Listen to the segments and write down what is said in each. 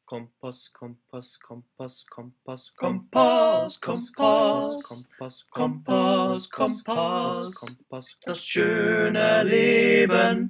Kompass, Kompass, Kompass, Kompass, Kompass, Kompass, Kompass, Kompass, Kompass, Kompass, das schöne Leben.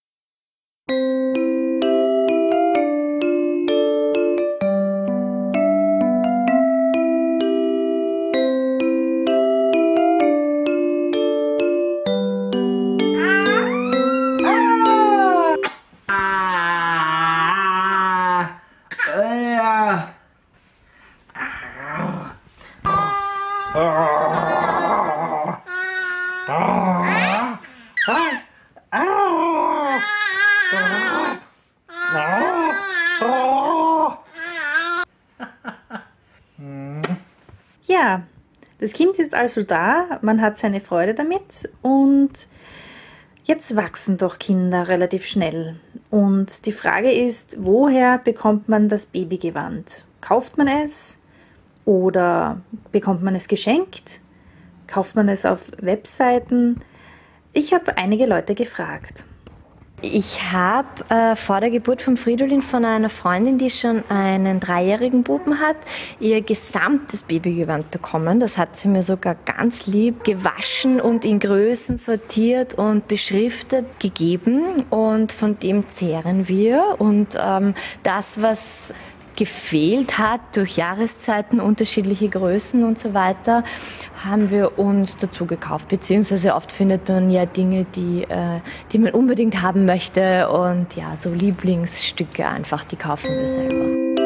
Ja, das Kind ist also da, man hat seine Freude damit und jetzt wachsen doch Kinder relativ schnell. Und die Frage ist, woher bekommt man das Babygewand? Kauft man es oder bekommt man es geschenkt? Kauft man es auf Webseiten? Ich habe einige Leute gefragt. Ich habe vor der Geburt von Fridolin von einer Freundin, die schon einen 3-jährigen Buben hat, ihr gesamtes Babygewand bekommen. Das hat sie mir sogar ganz lieb gewaschen und in Größen sortiert und beschriftet gegeben. Und von dem zehren wir. Und das, was gefehlt hat durch Jahreszeiten, unterschiedliche Größen und so weiter, haben wir uns dazu gekauft. Beziehungsweise oft findet man ja Dinge, die man unbedingt haben möchte, und ja, so Lieblingsstücke einfach, die kaufen wir selber.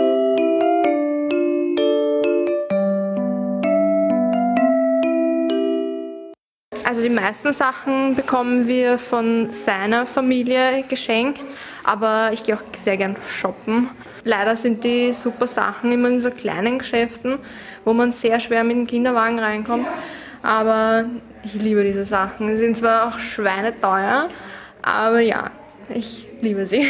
Also die meisten Sachen bekommen wir von seiner Familie geschenkt, aber ich gehe auch sehr gern shoppen. Leider sind die super Sachen immer in so kleinen Geschäften, wo man sehr schwer mit dem Kinderwagen reinkommt. Aber ich liebe diese Sachen. Sie sind zwar auch schweineteuer, aber ja, ich liebe sie.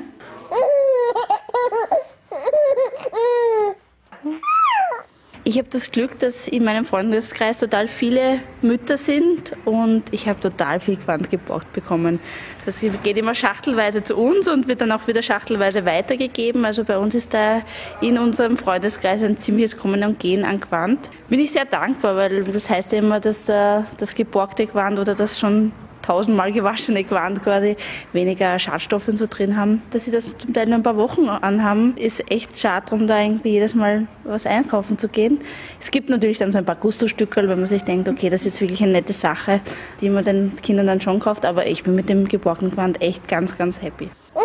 Ich habe das Glück, dass in meinem Freundeskreis total viele Mütter sind und ich habe total viel Gewand gebraucht bekommen. Das geht immer schachtelweise zu uns und wird dann auch wieder schachtelweise weitergegeben. Also bei uns ist da in unserem Freundeskreis ein ziemliches Kommen und Gehen an Gewand. Bin ich sehr dankbar, weil das heißt ja immer, dass das geborgte Gewand oder das schon 1000-mal gewaschene Gewand quasi weniger Schadstoffe und so drin haben. Dass sie das zum Teil nur ein paar Wochen anhaben, ist echt schade, darum da irgendwie jedes Mal was einkaufen zu gehen. Es gibt natürlich dann so ein paar Gusto-Stückerl, wenn man sich denkt, okay, das ist jetzt wirklich eine nette Sache, die man den Kindern dann schon kauft, aber ich bin mit dem geborgten Gewand echt ganz, ganz happy.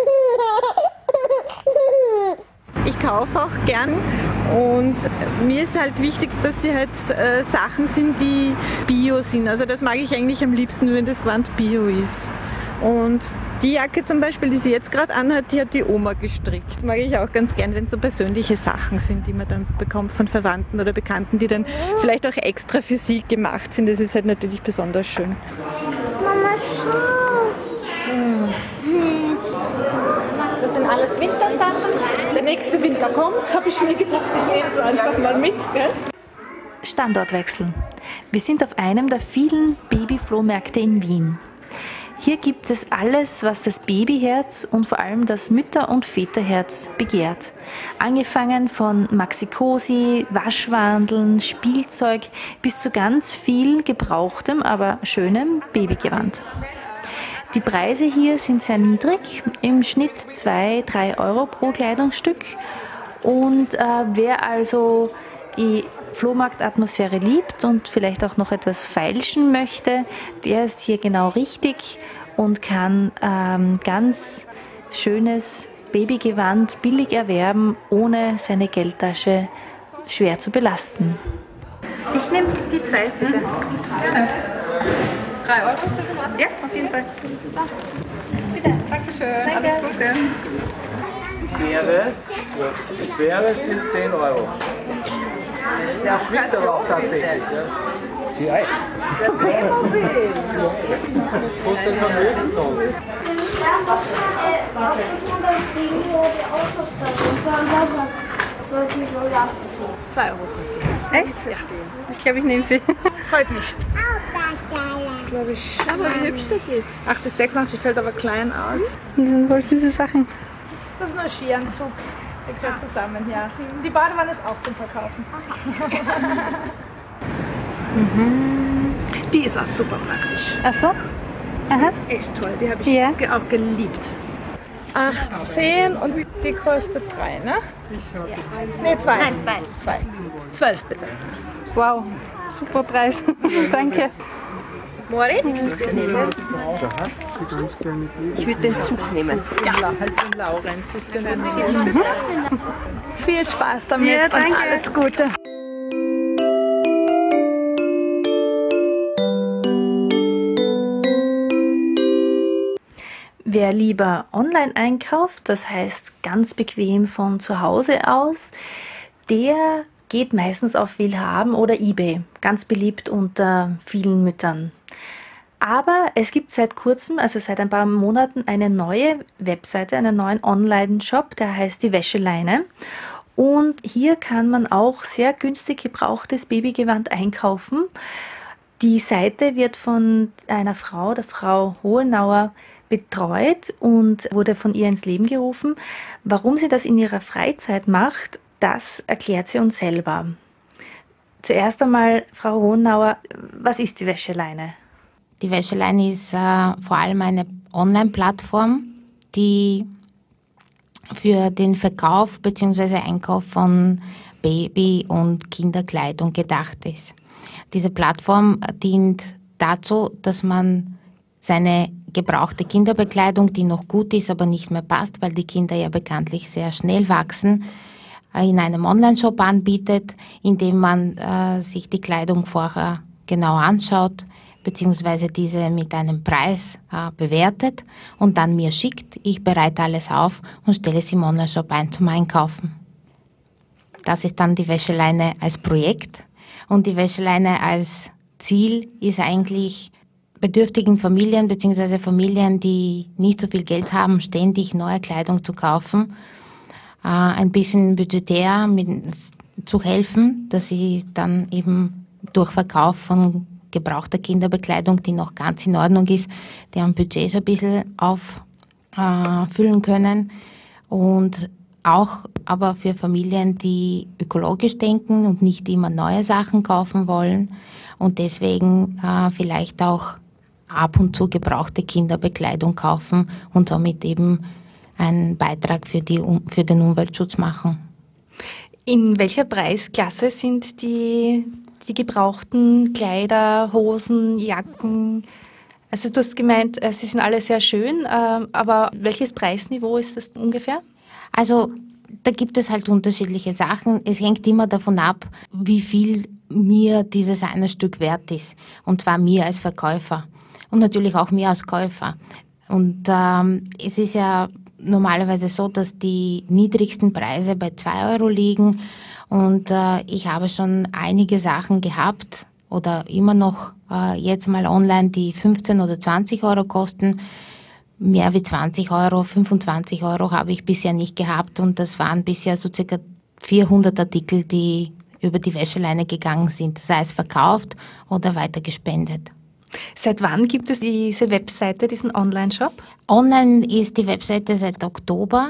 Ich kaufe auch gern und mir ist halt wichtig, dass sie halt Sachen sind, die bio sind. Also das mag ich eigentlich am liebsten, wenn das Gewand bio ist. Und die Jacke zum Beispiel, die sie jetzt gerade anhat, die hat die Oma gestrickt. Das mag ich auch ganz gern, wenn es so persönliche Sachen sind, die man dann bekommt von Verwandten oder Bekannten, die dann vielleicht auch extra für sie gemacht sind. Das ist halt natürlich besonders schön. Mama, schau! Das sind alles Wintersachen. Der nächste Winter kommt, habe ich mir gedacht, ich nehme so einfach mal mit. Gell? Standortwechsel. Wir sind auf einem der vielen Babyflohmärkte in Wien. Hier gibt es alles, was das Babyherz und vor allem das Mütter- und Väterherz begehrt. Angefangen von Maxi-Cosi, Waschwandeln, Spielzeug bis zu ganz viel gebrauchtem, aber schönem Babygewand. Die Preise hier sind sehr niedrig, im Schnitt 2-3 Euro pro Kleidungsstück. Und wer also die Flohmarktatmosphäre liebt und vielleicht auch noch etwas feilschen möchte, der ist hier genau richtig und kann ganz schönes Babygewand billig erwerben, ohne seine Geldtasche schwer zu belasten. Ich nehme die 2, bitte. Gerne. 3 Euro ist das in Ordnung? Ja, auf jeden Fall. Bitte. Dankeschön. Danke. Alles Gute. Quere sind 10 Euro. Ja, schmeckt aber auch tatsächlich. Ja. Ja. Das kostet ein Vermögen so. 2 Euro kostet. Echt? Ja. Ich glaube, ich nehme sie. Freut mich. Glaube ich. Aber wie hübsch das ist. 80, 86 fällt aber klein aus. Das sind voll süße Sachen. Das ist nur Skianzug. Die gehört zusammen, ja. Die Badewanne ist auch zum Verkaufen. Die ist auch super praktisch. Ach so? Die ist echt toll, die habe ich auch geliebt. 18 und die kostet 3, ne? Ne, 2. Nein, 2. 12 bitte. Wow, super Preis. Danke. Moritz? Ich würde den Zug nehmen. Ja, halt den Laurenz. Viel Spaß damit und alles Gute. Wer lieber online einkauft, das heißt ganz bequem von zu Hause aus, der geht meistens auf Willhaben oder eBay, ganz beliebt unter vielen Müttern. Aber es gibt seit kurzem, also seit ein paar Monaten, eine neue Webseite, einen neuen Online-Shop, der heißt die Wäscheleine. Und hier kann man auch sehr günstig gebrauchtes Babygewand einkaufen. Die Seite wird von einer Frau, der Frau Hohenauer, betreut und wurde von ihr ins Leben gerufen. Warum sie das in ihrer Freizeit macht, das erklärt sie uns selber. Zuerst einmal, Frau Hohenauer, was ist die Wäscheleine? Die Wäscheleine ist vor allem eine Online-Plattform, die für den Verkauf bzw. Einkauf von Baby- und Kinderkleidung gedacht ist. Diese Plattform dient dazu, dass man seine gebrauchte Kinderbekleidung, die noch gut ist, aber nicht mehr passt, weil die Kinder ja bekanntlich sehr schnell wachsen, in einem Online-Shop anbietet, indem man sich die Kleidung vorher genau anschaut, beziehungsweise diese mit einem Preis bewertet und dann mir schickt. Ich bereite alles auf und stelle es im Online-Shop ein zum Einkaufen. Das ist dann die Wäscheleine als Projekt. Und die Wäscheleine als Ziel ist eigentlich bedürftigen Familien bzw. Familien, die nicht so viel Geld haben, ständig neue Kleidung zu kaufen, ein bisschen budgetär zu helfen, dass sie dann eben durch Verkauf von gebrauchter Kinderbekleidung, die noch ganz in Ordnung ist, deren Budgets ein bisschen auffüllen können. Und auch aber für Familien, die ökologisch denken und nicht immer neue Sachen kaufen wollen und deswegen vielleicht auch ab und zu gebrauchte Kinderbekleidung kaufen und somit eben einen Beitrag für den Umweltschutz machen. In welcher Preisklasse sind die gebrauchten Kleider, Hosen, Jacken? Also du hast gemeint, sie sind alle sehr schön, aber welches Preisniveau ist das ungefähr? Also da gibt es halt unterschiedliche Sachen. Es hängt immer davon ab, wie viel mir dieses eine Stück wert ist. Und zwar mir als Verkäufer und natürlich auch mir als Käufer. Und es ist ja normalerweise so, dass die niedrigsten Preise bei 2 Euro liegen. Und ich habe schon einige Sachen gehabt oder immer noch jetzt mal online, die 15 oder 20 Euro kosten. Mehr wie 20 Euro, 25 Euro habe ich bisher nicht gehabt und das waren bisher so circa 400 Artikel, die über die Wäscheleine gegangen sind, sei es verkauft oder weiter gespendet. Seit wann gibt es diese Webseite, diesen Online-Shop? Online ist die Webseite seit Oktober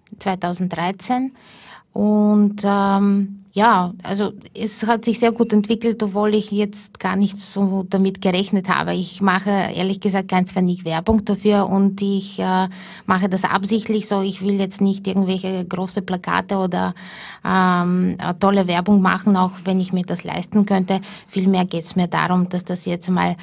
2013 und also es hat sich sehr gut entwickelt, obwohl ich jetzt gar nicht so damit gerechnet habe. Ich mache ehrlich gesagt ganz wenig Werbung dafür und ich mache das absichtlich so. Ich will jetzt nicht irgendwelche große Plakate oder tolle Werbung machen, auch wenn ich mir das leisten könnte. Vielmehr geht es mir darum, dass das jetzt mal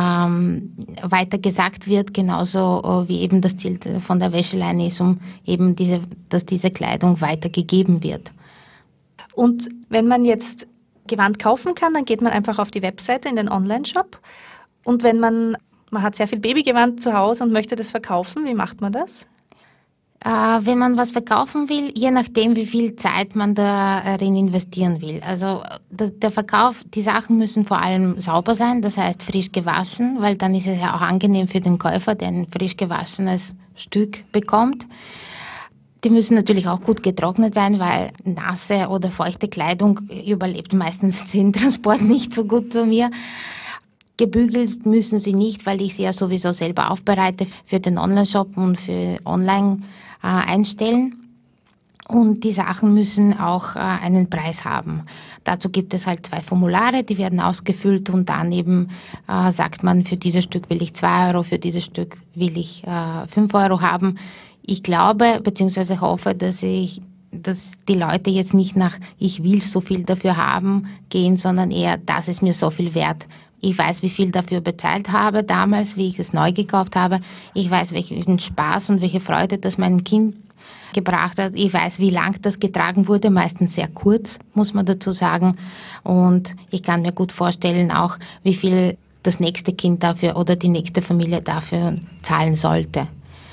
weiter gesagt wird, genauso wie eben das Ziel von der Wäscheleine ist, um eben dass diese Kleidung weitergegeben wird. Und wenn man jetzt Gewand kaufen kann, dann geht man einfach auf die Webseite in den Online-Shop. Und wenn man hat sehr viel Babygewand zu Hause und möchte das verkaufen, wie macht man das? Wenn man was verkaufen will, je nachdem, wie viel Zeit man darin investieren will. Also der Verkauf, die Sachen müssen vor allem sauber sein, das heißt frisch gewaschen, weil dann ist es ja auch angenehm für den Käufer, der ein frisch gewaschenes Stück bekommt. Die müssen natürlich auch gut getrocknet sein, weil nasse oder feuchte Kleidung überlebt meistens den Transport nicht so gut zu mir. Gebügelt müssen sie nicht, weil ich sie ja sowieso selber aufbereite für den Online-Shop und für online einstellen. Und die Sachen müssen auch einen Preis haben. Dazu gibt es halt 2 Formulare, die werden ausgefüllt und dann eben sagt man, für dieses Stück will ich 2 Euro, für dieses Stück will ich 5 Euro haben. Ich glaube bzw. hoffe, dass die Leute jetzt nicht nach ich will so viel dafür haben gehen, sondern eher, das ist mir so viel wert. Ich weiß, wie viel dafür bezahlt habe damals, wie ich es neu gekauft habe. Ich weiß, welchen Spaß und welche Freude das meinem Kind gebracht hat. Ich weiß, wie lang das getragen wurde, meistens sehr kurz, muss man dazu sagen. Und ich kann mir gut vorstellen auch, wie viel das nächste Kind dafür oder die nächste Familie dafür zahlen sollte.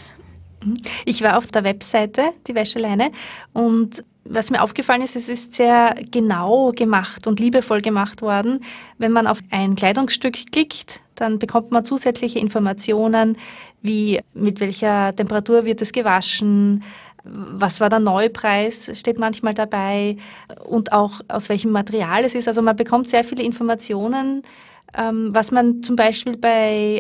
Ich war auf der Webseite, die Wäscheleine, und was mir aufgefallen ist, es ist sehr genau gemacht und liebevoll gemacht worden. Wenn man auf ein Kleidungsstück klickt, dann bekommt man zusätzliche Informationen, wie mit welcher Temperatur wird es gewaschen, was war der Neupreis, steht manchmal dabei, und auch aus welchem Material es ist. Also man bekommt sehr viele Informationen, was man zum Beispiel bei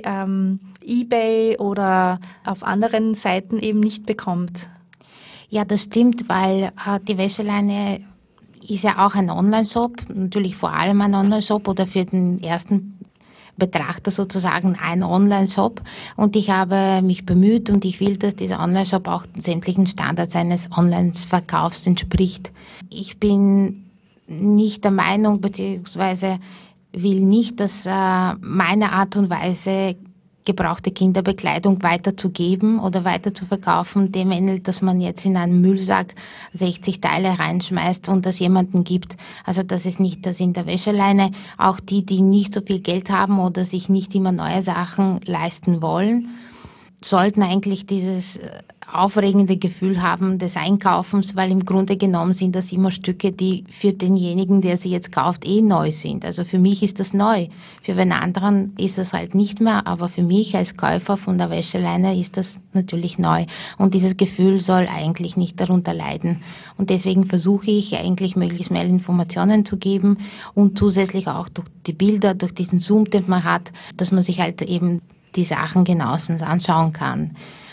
eBay oder auf anderen Seiten eben nicht bekommt. Ja, das stimmt, weil die Wäscheleine ist ja auch ein Online-Shop, natürlich vor allem ein Online-Shop oder für den ersten Betrachter sozusagen ein Online-Shop, und ich habe mich bemüht und ich will, dass dieser Online-Shop auch sämtlichen Standards eines Online-Verkaufs entspricht. Ich bin nicht der Meinung, beziehungsweise will nicht, dass meine Art und Weise, gebrauchte Kinderbekleidung weiterzugeben oder weiter zu verkaufen, dem ähnelt, dass man jetzt in einen Müllsack 60 Teile reinschmeißt und das jemandem gibt. Also das ist nicht das in der Wäscheleine. Auch die nicht so viel Geld haben oder sich nicht immer neue Sachen leisten wollen, sollten eigentlich dieses aufregende Gefühl haben des Einkaufens, weil im Grunde genommen sind das immer Stücke, die für denjenigen, der sie jetzt kauft, neu sind. Also für mich ist das neu. Für einen anderen ist das halt nicht mehr, aber für mich als Käufer von der Wäscheleine ist das natürlich neu. Und dieses Gefühl soll eigentlich nicht darunter leiden. Und deswegen versuche ich eigentlich möglichst mehr Informationen zu geben und zusätzlich auch durch die Bilder, durch diesen Zoom, den man hat, dass man sich halt eben die Sachen genauestens anschauen kann.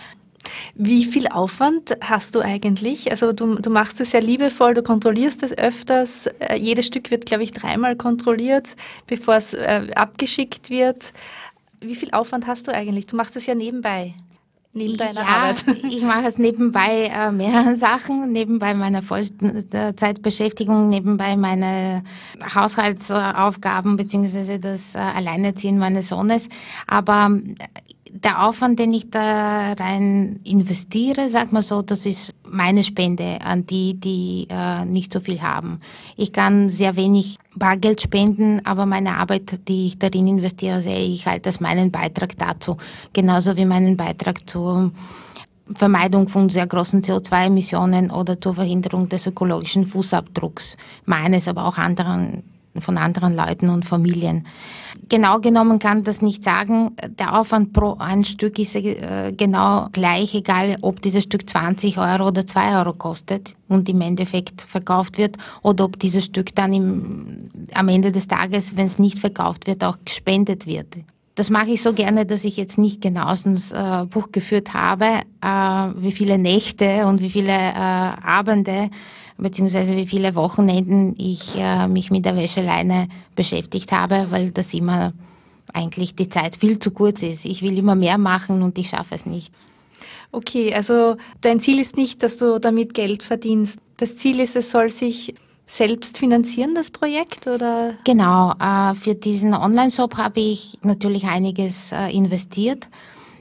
Wie viel Aufwand hast du eigentlich? Also du machst es sehr liebevoll, du kontrollierst es öfters. Jedes Stück wird, glaube ich, 3-mal kontrolliert, bevor es abgeschickt wird. Wie viel Aufwand hast du eigentlich? Du machst es ja nebenbei, neben deiner Arbeit. Ich mache es nebenbei mehrere Sachen, nebenbei meiner Vollzeitbeschäftigung, nebenbei meine Haushaltsaufgaben beziehungsweise das Alleinerziehen meines Sohnes. Aber der Aufwand, den ich da rein investiere, sag mal so, das ist meine Spende an die nicht so viel haben. Ich kann sehr wenig Bargeld spenden, aber meine Arbeit, die ich darin investiere, sehe ich halt als meinen Beitrag dazu. Genauso wie meinen Beitrag zur Vermeidung von sehr großen CO2-Emissionen oder zur Verhinderung des ökologischen Fußabdrucks meines, aber auch von anderen Leuten und Familien. Genau genommen kann das nicht sagen. Der Aufwand pro ein Stück ist genau gleich, egal ob dieses Stück 20 Euro oder 2 Euro kostet und im Endeffekt verkauft wird oder ob dieses Stück dann am Ende des Tages, wenn es nicht verkauft wird, auch gespendet wird. Das mache ich so gerne, dass ich jetzt nicht genauestens Buch geführt habe, wie viele Nächte und wie viele Abende beziehungsweise wie viele Wochenenden ich mich mit der Wäscheleine beschäftigt habe, weil das immer eigentlich die Zeit viel zu kurz ist. Ich will immer mehr machen und ich schaffe es nicht. Okay, also dein Ziel ist nicht, dass du damit Geld verdienst. Das Ziel ist, es soll sich selbst finanzieren, das Projekt, oder? Genau, für diesen Online-Shop habe ich natürlich einiges investiert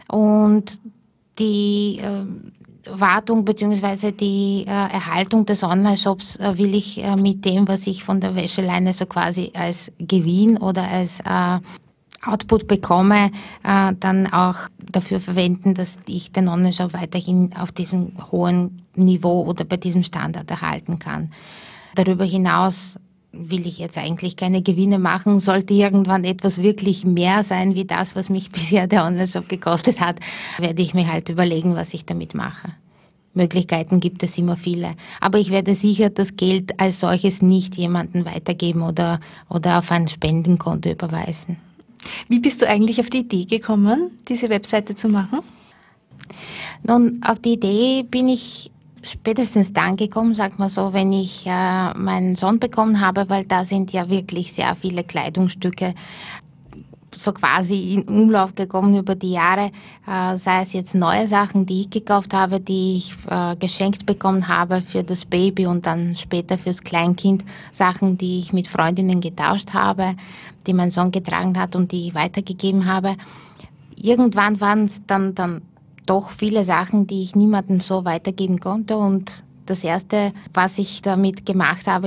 und die Wartung bzw. die Erhaltung des Online-Shops will ich mit dem, was ich von der Wäscheleine so quasi als Gewinn oder als Output bekomme, dann auch dafür verwenden, dass ich den Online-Shop weiterhin auf diesem hohen Niveau oder bei diesem Standard erhalten kann. Darüber hinaus will ich jetzt eigentlich keine Gewinne machen. Sollte irgendwann etwas wirklich mehr sein wie das, was mich bisher der Online-Shop gekostet hat, werde ich mir halt überlegen, was ich damit mache. Möglichkeiten gibt es immer viele. Aber ich werde sicher das Geld als solches nicht jemandem weitergeben oder auf ein Spendenkonto überweisen. Wie bist du eigentlich auf die Idee gekommen, diese Webseite zu machen? Nun, auf die Idee bin ich spätestens dann gekommen, sagt man so, wenn ich meinen Sohn bekommen habe, weil da sind ja wirklich sehr viele Kleidungsstücke so quasi in Umlauf gekommen über die Jahre, sei es jetzt neue Sachen, die ich gekauft habe, die ich geschenkt bekommen habe für das Baby und dann später fürs Kleinkind, Sachen, die ich mit Freundinnen getauscht habe, die mein Sohn getragen hat und die ich weitergegeben habe. Irgendwann waren es dann doch viele Sachen, die ich niemandem so weitergeben konnte, und das Erste, was ich damit gemacht habe,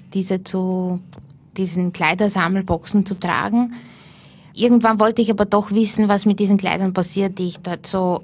diesen Kleidersammelboxen zu tragen. Irgendwann wollte ich aber doch wissen, was mit diesen Kleidern passiert, die ich dort so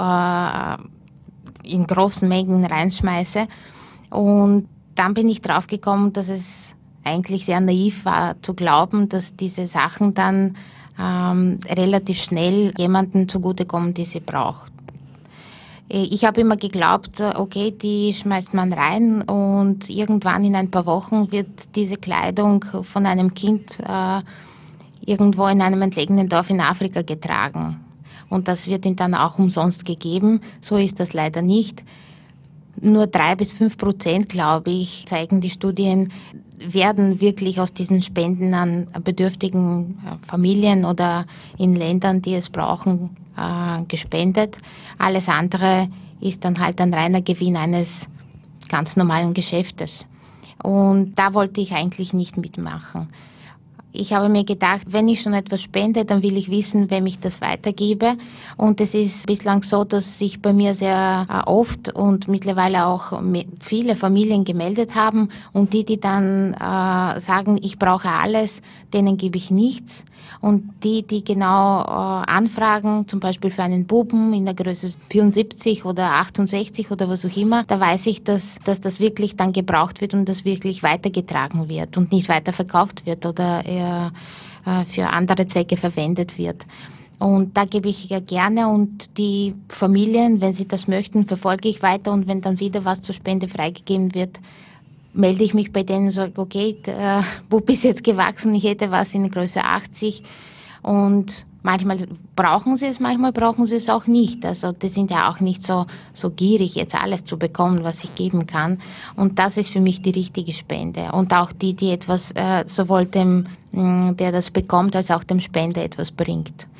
in großen Mengen reinschmeiße. Und dann bin ich draufgekommen, dass es eigentlich sehr naiv war, zu glauben, dass diese Sachen dann relativ schnell jemanden zugutekommen, die sie braucht. Ich habe immer geglaubt, okay, die schmeißt man rein und irgendwann in ein paar Wochen wird diese Kleidung von einem Kind irgendwo in einem entlegenen Dorf in Afrika getragen. Und das wird ihm dann auch umsonst gegeben. So ist das leider nicht. Nur 3-5%, glaube ich, zeigen die Studien, werden wirklich aus diesen Spenden an bedürftigen Familien oder in Ländern, die es brauchen, gespendet. Alles andere ist dann halt ein reiner Gewinn eines ganz normalen Geschäftes. Und da wollte ich eigentlich nicht mitmachen. Ich habe mir gedacht, wenn ich schon etwas spende, dann will ich wissen, wem ich das weitergebe. Und es ist bislang so, dass sich bei mir sehr oft und mittlerweile auch viele Familien gemeldet haben. Und die dann sagen, ich brauche alles, denen gebe ich nichts. Und die genau anfragen, zum Beispiel für einen Buben in der Größe 74 oder 68 oder was auch immer, da weiß ich, dass das wirklich dann gebraucht wird und das wirklich weitergetragen wird und nicht weiter verkauft wird oder für andere Zwecke verwendet wird. Und da gebe ich ja gerne, und die Familien, wenn sie das möchten, verfolge ich weiter, und wenn dann wieder was zur Spende freigegeben wird, melde ich mich bei denen und sage, okay, der Bub ist jetzt gewachsen, ich hätte was in Größe 80, und manchmal brauchen sie es, manchmal brauchen sie es auch nicht. Also die sind ja auch nicht so gierig, jetzt alles zu bekommen, was ich geben kann. Und das ist für mich die richtige Spende. Und auch die etwas sowohl dem, der das bekommt, als auch dem Spender etwas bringt.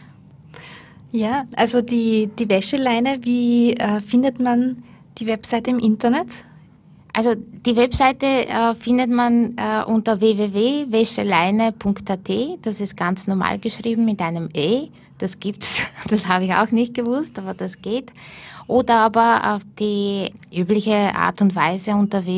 Ja, also die Wäscheleine, wie findet man die Webseite im Internet? Also die Webseite findet man unter www.wäscheleine.at. Das ist ganz normal geschrieben mit einem E. Das gibt's, das habe ich auch nicht gewusst, aber das geht. Oder aber auf die übliche Art und Weise unter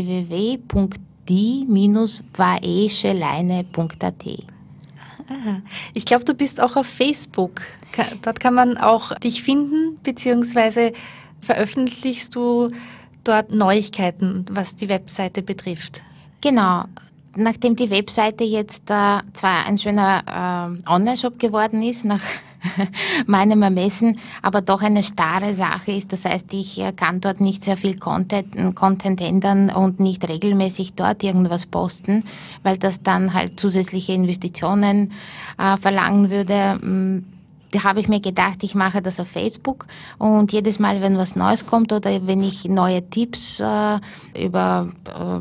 www.die-waescheleine.at. Ich glaube, du bist auch auf Facebook. Dort kann man auch dich finden, beziehungsweise veröffentlichst du dort Neuigkeiten, was die Webseite betrifft. Genau. Nachdem die Webseite jetzt zwar ein schöner Online-Shop geworden ist, nach meinem Ermessen, aber doch eine starre Sache ist. Das heißt, ich kann dort nicht sehr viel Content ändern und nicht regelmäßig dort irgendwas posten, weil das dann halt zusätzliche Investitionen verlangen würde. Da habe ich mir gedacht, ich mache das auf Facebook, und jedes Mal, wenn was Neues kommt oder wenn ich neue Tipps über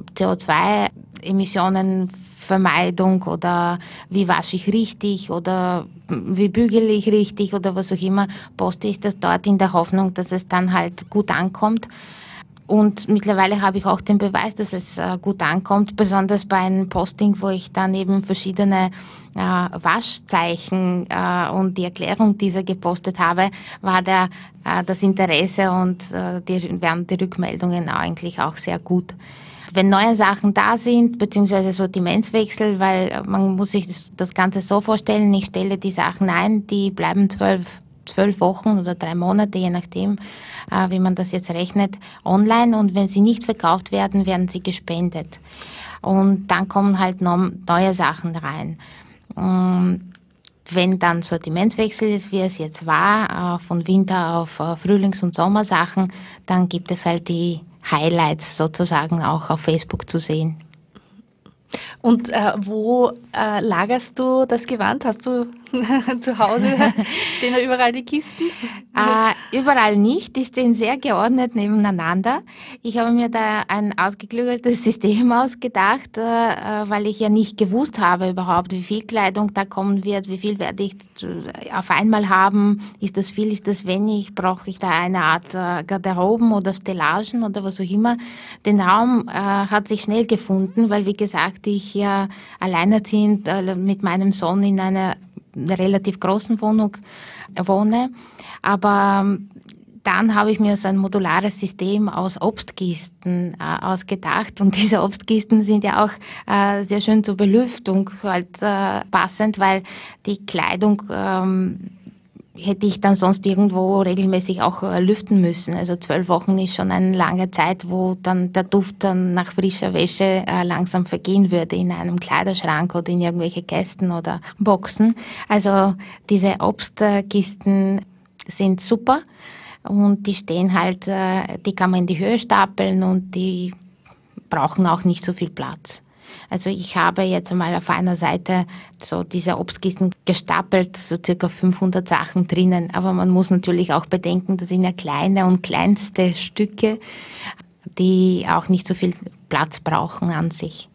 CO2-Emissionenvermeidung oder wie wasche ich richtig oder wie bügele ich richtig oder was auch immer, poste ich das dort in der Hoffnung, dass es dann halt gut ankommt. Und mittlerweile habe ich auch den Beweis, dass es gut ankommt, besonders bei einem Posting, wo ich dann eben verschiedene Waschzeichen und die Erklärung dieser gepostet habe, war das Interesse und waren die Rückmeldungen eigentlich auch sehr gut. Wenn neue Sachen da sind, beziehungsweise Sortimentswechsel, weil man muss sich das Ganze so vorstellen, ich stelle die Sachen ein, die bleiben 12 Wochen oder 3 Monate, je nachdem, wie man das jetzt rechnet, online, und wenn sie nicht verkauft werden, werden sie gespendet. Und dann kommen halt neue Sachen rein. Wenn dann Sortimentswechsel ist, wie es jetzt war, von Winter auf Frühlings- und Sommersachen, dann gibt es halt die Highlights sozusagen auch auf Facebook zu sehen. Und wo lagerst du das Gewand? Hast du Zu Hause stehen da überall die Kisten? Überall nicht, die stehen sehr geordnet nebeneinander. Ich habe mir da ein ausgeklügeltes System ausgedacht, weil ich ja nicht gewusst habe überhaupt, wie viel Kleidung da kommen wird, wie viel werde ich auf einmal haben, ist das viel, ist das wenig, brauche ich da eine Art Garderoben oder Stellagen oder was auch immer. Den Raum hat sich schnell gefunden, weil wie gesagt, ich ja alleinerziehend mit meinem Sohn in einer relativ großen Wohnung wohne, aber dann habe ich mir so ein modulares System aus Obstkisten ausgedacht und diese Obstkisten sind ja auch sehr schön zur Belüftung halt passend, weil die Kleidung hätte ich dann sonst irgendwo regelmäßig auch lüften müssen. Also 12 Wochen ist schon eine lange Zeit, wo dann der Duft dann nach frischer Wäsche langsam vergehen würde in einem Kleiderschrank oder in irgendwelche Kästen oder Boxen. Also diese Obstkisten sind super und die stehen halt, die kann man in die Höhe stapeln und die brauchen auch nicht so viel Platz. Also ich habe jetzt einmal auf einer Seite so diese Obstkisten gestapelt, so circa 500 Sachen drinnen. Aber man muss natürlich auch bedenken, das sind ja kleine und kleinste Stücke, die auch nicht so viel Platz brauchen an sich.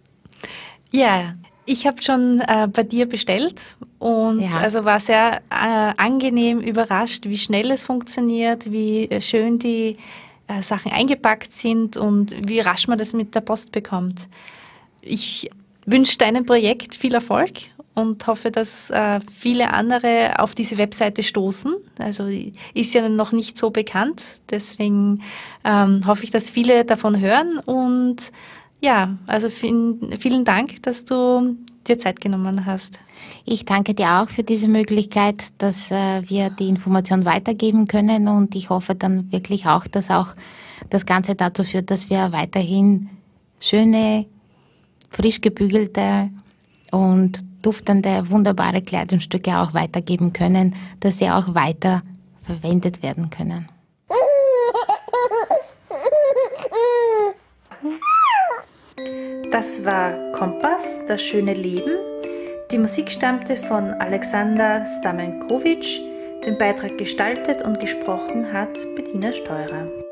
Ja, ich habe schon bei dir bestellt und also war sehr angenehm überrascht, wie schnell es funktioniert, wie schön die Sachen eingepackt sind und wie rasch man das mit der Post bekommt. Ich wünsche deinem Projekt viel Erfolg und hoffe, dass viele andere auf diese Webseite stoßen. Also ist ja noch nicht so bekannt, deswegen hoffe ich, dass viele davon hören. Und ja, also vielen Dank, dass du dir Zeit genommen hast. Ich danke dir auch für diese Möglichkeit, dass wir die Information weitergeben können und ich hoffe dann wirklich auch, dass auch das Ganze dazu führt, dass wir weiterhin schöne, frisch gebügelte und duftende, wunderbare Kleidungsstücke auch weitergeben können, dass sie auch weiter verwendet werden können. Das war Kompass, das schöne Leben. Die Musik stammte von Alexander Stamenkowitsch. Den Beitrag gestaltet und gesprochen hat Bettina Steurer.